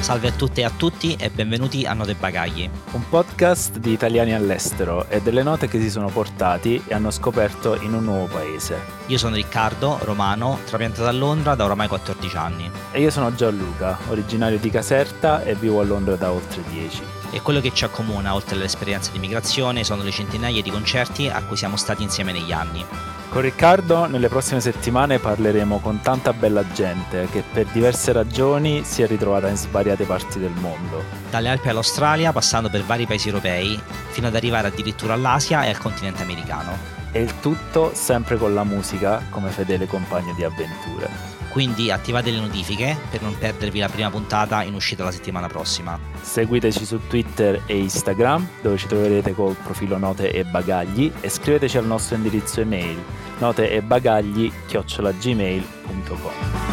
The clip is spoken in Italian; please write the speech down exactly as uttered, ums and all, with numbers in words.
Salve a tutte e a tutti e benvenuti a Note e Bagagli, un podcast di italiani all'estero e delle note che si sono portati e hanno scoperto in un nuovo paese. Io sono Riccardo, romano, trapiantato a Londra da oramai quattordici anni. E io sono Gianluca, originario di Caserta e vivo a Londra da oltre dieci. E quello che ci accomuna, oltre all'esperienza di migrazione, sono le centinaia di concerti a cui siamo stati insieme negli anni. Con Riccardo nelle prossime settimane parleremo con tanta bella gente che per diverse ragioni si è ritrovata in svariate parti del mondo. Dalle Alpi all'Australia, passando per vari paesi europei, fino ad arrivare addirittura all'Asia e al continente americano. E il tutto sempre con la musica come fedele compagno di avventure. Quindi attivate le notifiche per non perdervi la prima puntata in uscita la settimana prossima. Seguiteci su Twitter e Instagram, dove ci troverete col profilo Note e Bagagli, e scriveteci al nostro indirizzo email noteebagagli chiocciola gmail punto com.